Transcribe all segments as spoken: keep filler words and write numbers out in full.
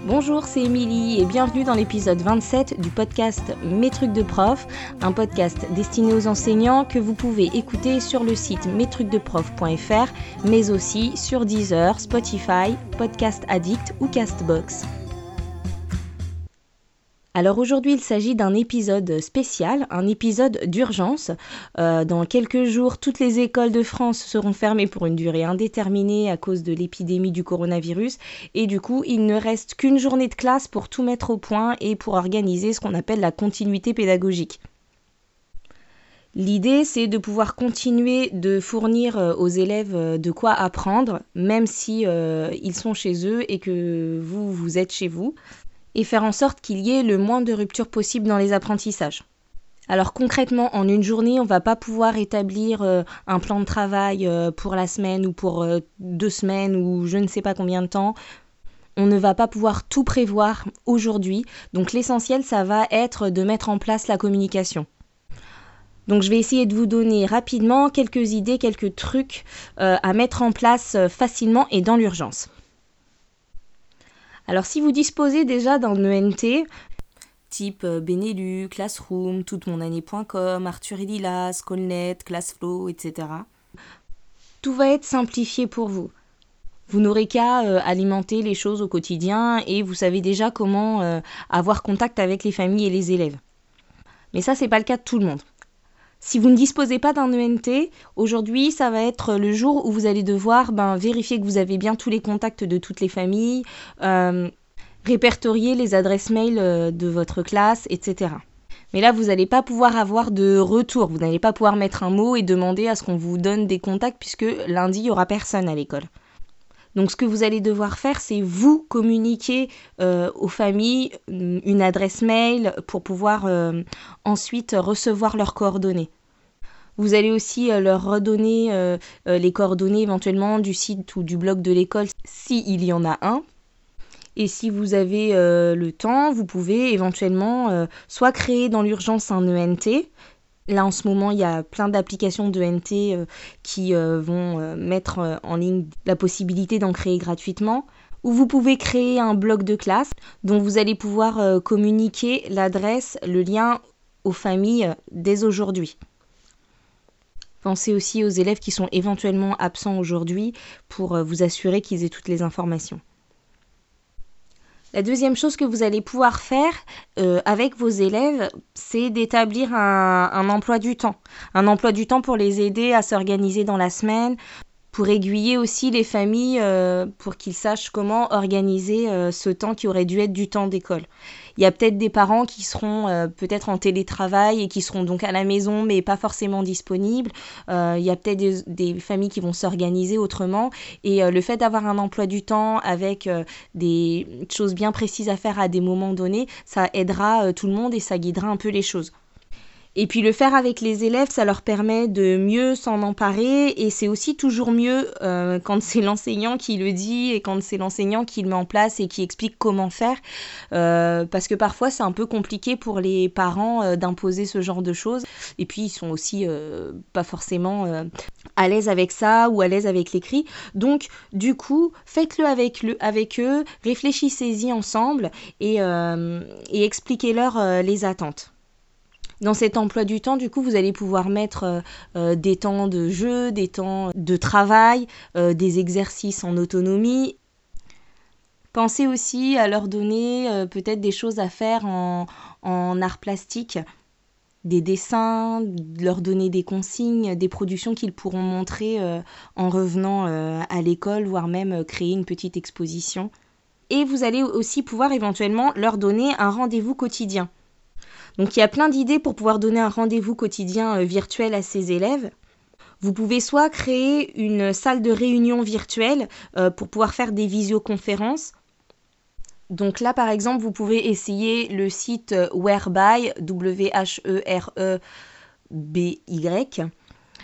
Bonjour, c'est Émilie et bienvenue dans l'épisode vingt-sept du podcast Mes trucs de prof, un podcast destiné aux enseignants que vous pouvez écouter sur le site mes trucs de prof point f r, mais aussi sur Deezer, Spotify, Podcast Addict ou Castbox. Alors aujourd'hui, il s'agit d'un épisode spécial, un épisode d'urgence. Euh, dans quelques jours, toutes les écoles de France seront fermées pour une durée indéterminée à cause de l'épidémie du coronavirus. Et du coup, il ne reste qu'une journée de classe pour tout mettre au point et pour organiser ce qu'on appelle la continuité pédagogique. L'idée, c'est de pouvoir continuer de fournir aux élèves de quoi apprendre, même si euh, ils sont chez eux et que vous, vous êtes chez vous, et faire en sorte qu'il y ait le moins de ruptures possible dans les apprentissages. Alors concrètement, en une journée, on ne va pas pouvoir établir euh, un plan de travail euh, pour la semaine ou pour euh, deux semaines ou je ne sais pas combien de temps. On ne va pas pouvoir tout prévoir aujourd'hui. Donc l'essentiel, ça va être de mettre en place la communication. Donc je vais essayer de vous donner rapidement quelques idées, quelques trucs euh, à mettre en place euh, facilement et dans l'urgence. Alors si vous disposez déjà d'un E N T, type Benelu, Classroom, toutemonannée point com, Arthur et Lila, Skolnet, Classflow, et cetera, tout va être simplifié pour vous. Vous n'aurez qu'à euh, alimenter les choses au quotidien et vous savez déjà comment euh, avoir contact avec les familles et les élèves. Mais ça, c'est pas le cas de tout le monde. Si vous ne disposez pas d'un E N T, aujourd'hui, ça va être le jour où vous allez devoir ben, vérifier que vous avez bien tous les contacts de toutes les familles, euh, répertorier les adresses mail de votre classe, et cetera. Mais là, vous n'allez pas pouvoir avoir de retour. Vous n'allez pas pouvoir mettre un mot et demander à ce qu'on vous donne des contacts puisque lundi, il n'y aura personne à l'école. Donc, ce que vous allez devoir faire, c'est vous communiquer euh, aux familles une adresse mail pour pouvoir euh, ensuite recevoir leurs coordonnées. Vous allez aussi euh, leur redonner euh, euh, les coordonnées éventuellement du site ou du blog de l'école s'il y en a un. Et si vous avez euh, le temps, vous pouvez éventuellement euh, soit créer dans l'urgence un E N T. Là, en ce moment, il y a plein d'applications d'E N T euh, qui euh, vont euh, mettre euh, en ligne la possibilité d'en créer gratuitement. Ou vous pouvez créer un bloc de classe dont vous allez pouvoir euh, communiquer l'adresse, le lien aux familles euh, dès aujourd'hui. Pensez aussi aux élèves qui sont éventuellement absents aujourd'hui pour euh, vous assurer qu'ils aient toutes les informations. La deuxième chose que vous allez pouvoir faire euh, avec vos élèves, c'est d'établir un, un emploi du temps. Un emploi du temps pour les aider à s'organiser dans la semaine, pour aiguiller aussi les familles euh, pour qu'ils sachent comment organiser euh, ce temps qui aurait dû être du temps d'école. Il y a peut-être des parents qui seront euh, peut-être en télétravail et qui seront donc à la maison mais pas forcément disponibles. Euh, il y a peut-être des, des familles qui vont s'organiser autrement et euh, le fait d'avoir un emploi du temps avec euh, des choses bien précises à faire à des moments donnés, ça aidera euh, tout le monde et ça guidera un peu les choses. Et puis le faire avec les élèves, ça leur permet de mieux s'en emparer et c'est aussi toujours mieux euh, quand c'est l'enseignant qui le dit et quand c'est l'enseignant qui le met en place et qui explique comment faire euh, parce que parfois c'est un peu compliqué pour les parents euh, d'imposer ce genre de choses et puis ils sont aussi euh, pas forcément euh, à l'aise avec ça ou à l'aise avec l'écrit. Donc du coup, faites-le avec, le, avec eux, réfléchissez-y ensemble et, euh, et expliquez-leur euh, les attentes. Dans cet emploi du temps, du coup, vous allez pouvoir mettre euh, des temps de jeu, des temps de travail, euh, des exercices en autonomie. Pensez aussi à leur donner euh, peut-être des choses à faire en, en art plastique, des dessins, leur donner des consignes, des productions qu'ils pourront montrer euh, en revenant euh, à l'école, voire même euh, créer une petite exposition. Et vous allez aussi pouvoir éventuellement leur donner un rendez-vous quotidien. Donc il y a plein d'idées pour pouvoir donner un rendez-vous quotidien euh, virtuel à ses élèves. Vous pouvez soit créer une salle de réunion virtuelle euh, pour pouvoir faire des visioconférences. Donc là par exemple vous pouvez essayer le site Whereby, W H E R E B Y.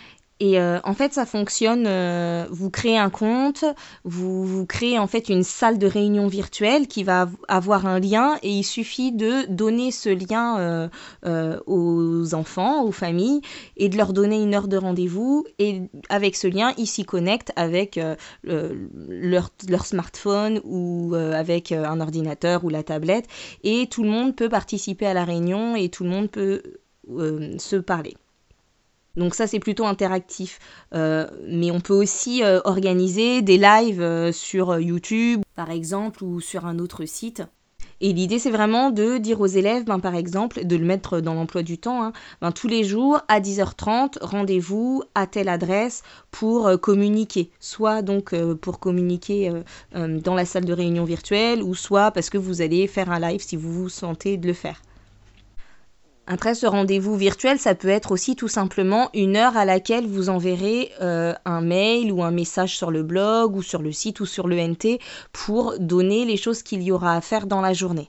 Et euh, en fait, ça fonctionne, euh, vous créez un compte, vous, vous créez en fait une salle de réunion virtuelle qui va avoir un lien et il suffit de donner ce lien euh, euh, aux enfants, aux familles et de leur donner une heure de rendez-vous et avec ce lien, ils s'y connectent avec euh, le, leur, leur smartphone ou euh, avec un ordinateur ou la tablette et tout le monde peut participer à la réunion et tout le monde peut euh, se parler. Donc ça, c'est plutôt interactif. Euh, mais on peut aussi euh, organiser des lives euh, sur YouTube, par exemple, ou sur un autre site. Et l'idée, c'est vraiment de dire aux élèves, ben, par exemple, de le mettre dans l'emploi du temps, hein, ben, tous les jours, à dix heures trente, rendez-vous à telle adresse pour euh, communiquer. Soit donc euh, pour communiquer euh, euh, dans la salle de réunion virtuelle, ou soit parce que vous allez faire un live si vous vous sentez de le faire. Après, ce rendez-vous virtuel, ça peut être aussi tout simplement une heure à laquelle vous enverrez euh, un mail ou un message sur le blog ou sur le site ou sur le N T pour donner les choses qu'il y aura à faire dans la journée.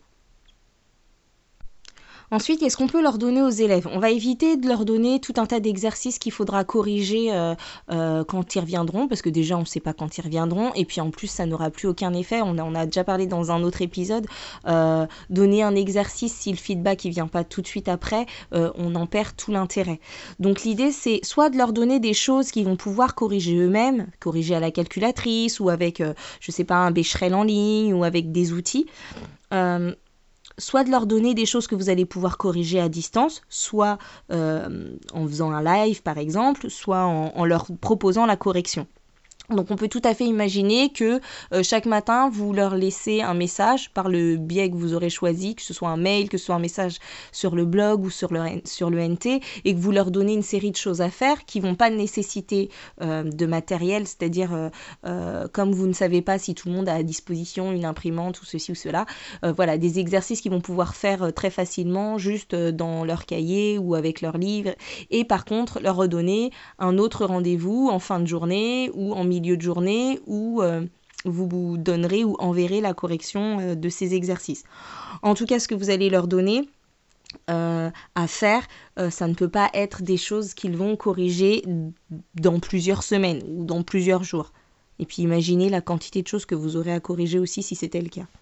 Ensuite, qu'est-ce qu'on peut leur donner aux élèves ? On va éviter de leur donner tout un tas d'exercices qu'il faudra corriger euh, euh, quand ils reviendront, parce que déjà, on ne sait pas quand ils reviendront, et puis en plus, ça n'aura plus aucun effet. On a, on a déjà parlé dans un autre épisode. Euh, donner un exercice, si le feedback ne vient pas tout de suite après, euh, on en perd tout l'intérêt. Donc l'idée, c'est soit de leur donner des choses qu'ils vont pouvoir corriger eux-mêmes, corriger à la calculatrice, ou avec, euh, je ne sais pas, un Becherel en ligne, ou avec des outils. Euh, soit de leur donner des choses que vous allez pouvoir corriger à distance, soit euh, en faisant un live par exemple, soit en, en leur proposant la correction. Donc on peut tout à fait imaginer que euh, chaque matin, vous leur laissez un message par le biais que vous aurez choisi, que ce soit un mail, que ce soit un message sur le blog ou sur le, sur le N T, et que vous leur donnez une série de choses à faire qui ne vont pas nécessiter euh, de matériel, c'est-à-dire euh, euh, comme vous ne savez pas si tout le monde a à disposition une imprimante ou ceci ou cela, euh, voilà, des exercices qu'ils vont pouvoir faire euh, très facilement juste euh, dans leur cahier ou avec leur livre, et par contre leur redonner un autre rendez-vous en fin de journée ou en milieu de journée où euh, vous vous donnerez ou enverrez la correction euh, de ces exercices. En tout cas, ce que vous allez leur donner euh, à faire, euh, ça ne peut pas être des choses qu'ils vont corriger dans plusieurs semaines ou dans plusieurs jours. Et puis imaginez la quantité de choses que vous aurez à corriger aussi si c'était le cas.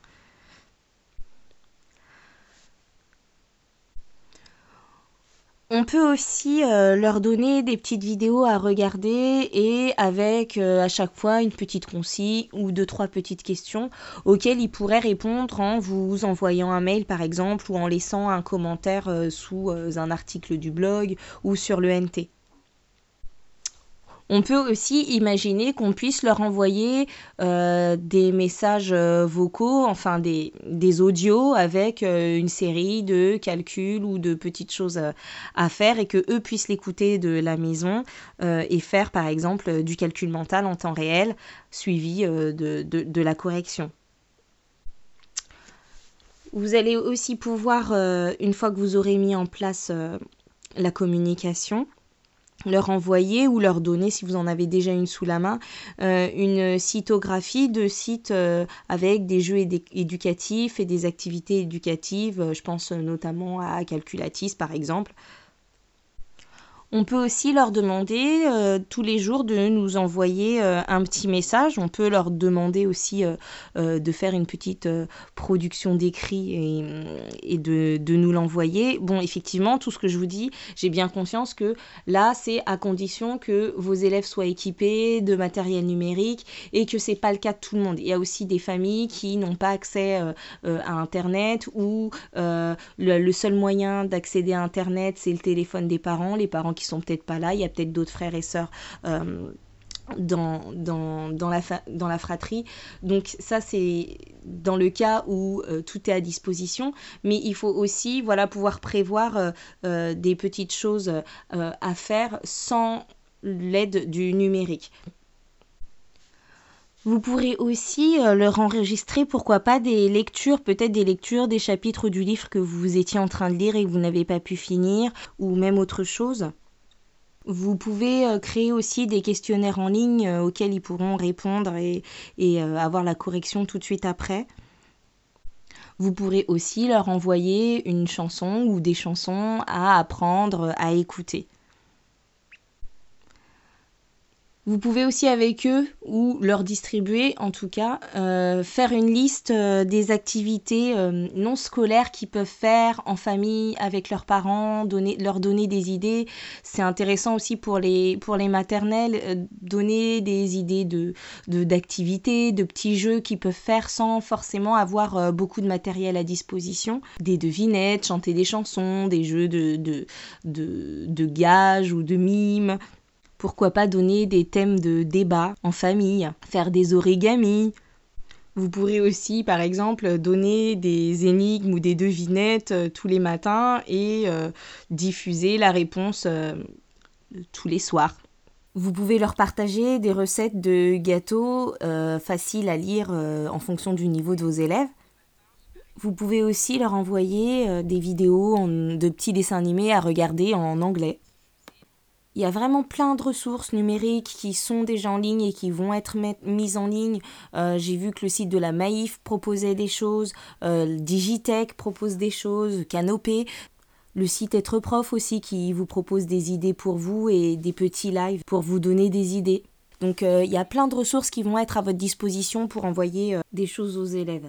On peut aussi euh, leur donner des petites vidéos à regarder et avec euh, à chaque fois une petite consigne ou deux, trois petites questions auxquelles ils pourraient répondre en vous envoyant un mail par exemple ou en laissant un commentaire euh, sous euh, un article du blog ou sur le N T. On peut aussi imaginer qu'on puisse leur envoyer euh, des messages euh, vocaux, enfin des, des audios avec euh, une série de calculs ou de petites choses euh, à faire et que eux puissent l'écouter de la maison euh, et faire par exemple du calcul mental en temps réel suivi euh, de, de, de la correction. Vous allez aussi pouvoir, euh, une fois que vous aurez mis en place euh, la communication, leur envoyer ou leur donner, si vous en avez déjà une sous la main, euh, une cytographie de sites euh, avec des jeux éd- éducatifs et des activités éducatives. Je pense notamment à Calculatis par exemple. On peut aussi leur demander euh, tous les jours de nous envoyer euh, un petit message. On peut leur demander aussi euh, euh, de faire une petite euh, production d'écrit et, et de, de nous l'envoyer. Bon, effectivement, tout ce que je vous dis, j'ai bien conscience que là, c'est à condition que vos élèves soient équipés de matériel numérique et que c'est pas le cas de tout le monde. Il y a aussi des familles qui n'ont pas accès euh, euh, à Internet ou euh, le, le seul moyen d'accéder à Internet, c'est le téléphone des parents. Les parents qui sont peut-être pas là, il y a peut-être d'autres frères et sœurs euh, dans, dans, dans, la fa- dans la fratrie. Donc ça, c'est dans le cas où euh, tout est à disposition, mais il faut aussi voilà, pouvoir prévoir euh, euh, des petites choses euh, à faire sans l'aide du numérique. Vous pourrez aussi euh, leur enregistrer, pourquoi pas, des lectures, peut-être des lectures, des chapitres du livre que vous étiez en train de lire et que vous n'avez pas pu finir, ou même autre chose. Vous pouvez euh, créer aussi des questionnaires en ligne euh, auxquels ils pourront répondre et, et euh, avoir la correction tout de suite après. Vous pourrez aussi leur envoyer une chanson ou des chansons à apprendre à écouter. Vous pouvez aussi avec eux, ou leur distribuer en tout cas, euh, faire une liste euh, des activités euh, non scolaires qu'ils peuvent faire en famille avec leurs parents, donner, leur donner des idées. C'est intéressant aussi pour les, pour les maternelles, euh, donner des idées de, de, d'activités, de petits jeux qu'ils peuvent faire sans forcément avoir euh, beaucoup de matériel à disposition. Des devinettes, chanter des chansons, des jeux de, de, de, de gages ou de mimes. Pourquoi pas donner des thèmes de débat en famille, faire des origamis. Vous pourrez aussi, par exemple, donner des énigmes ou des devinettes euh, tous les matins et euh, diffuser la réponse euh, tous les soirs. Vous pouvez leur partager des recettes de gâteaux euh, faciles à lire euh, en fonction du niveau de vos élèves. Vous pouvez aussi leur envoyer euh, des vidéos en, de petits dessins animés à regarder en anglais. Il y a vraiment plein de ressources numériques qui sont déjà en ligne et qui vont être met- mises en ligne. Euh, j'ai vu que le site de la Maïf proposait des choses, euh, Digitech propose des choses, Canopé. Le site Être Prof aussi qui vous propose des idées pour vous et des petits lives pour vous donner des idées. Donc euh, il y a plein de ressources qui vont être à votre disposition pour envoyer euh, des choses aux élèves.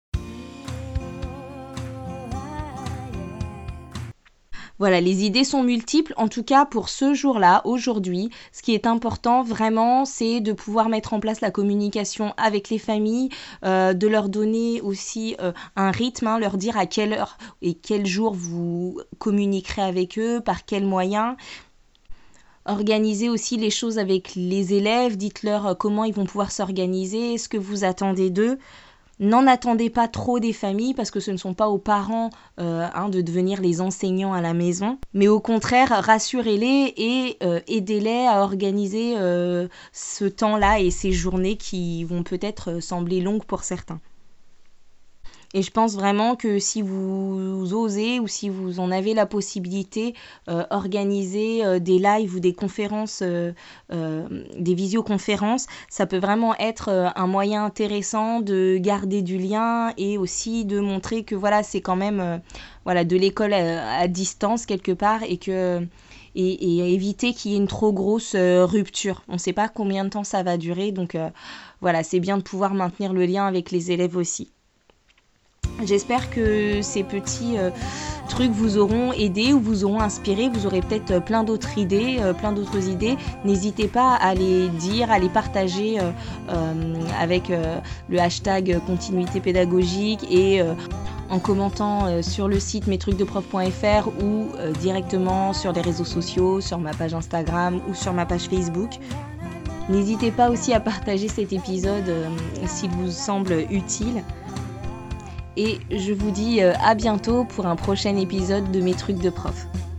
Voilà, les idées sont multiples. En tout cas, pour ce jour-là, aujourd'hui, ce qui est important vraiment, c'est de pouvoir mettre en place la communication avec les familles, euh, de leur donner aussi euh, un rythme, hein, leur dire à quelle heure et quel jour vous communiquerez avec eux, par quels moyens. Organisez aussi les choses avec les élèves, dites-leur comment ils vont pouvoir s'organiser, ce que vous attendez d'eux. N'en attendez pas trop des familles parce que ce ne sont pas aux parents euh, hein, de devenir les enseignants à la maison, mais au contraire, rassurez-les et euh, aidez-les à organiser euh, ce temps-là et ces journées qui vont peut-être sembler longues pour certains. Et je pense vraiment que si vous osez ou si vous en avez la possibilité, euh, organiser euh, des lives ou des conférences, euh, euh, des visioconférences, ça peut vraiment être euh, un moyen intéressant de garder du lien et aussi de montrer que voilà, c'est quand même euh, voilà, de l'école à, à distance quelque part et que et, et éviter qu'il y ait une trop grosse euh, rupture. On ne sait pas combien de temps ça va durer, donc euh, voilà, c'est bien de pouvoir maintenir le lien avec les élèves aussi. J'espère que ces petits euh, trucs vous auront aidé ou vous auront inspiré. Vous aurez peut-être euh, plein d'autres idées, euh, plein d'autres idées. N'hésitez pas à les dire, à les partager euh, euh, avec euh, le hashtag continuité pédagogique et euh, en commentant euh, sur le site mes trucs de prof point f r ou euh, directement sur les réseaux sociaux, sur ma page Instagram ou sur ma page Facebook. N'hésitez pas aussi à partager cet épisode euh, s'il vous semble utile. Et je vous dis à bientôt pour un prochain épisode de Mes trucs de prof.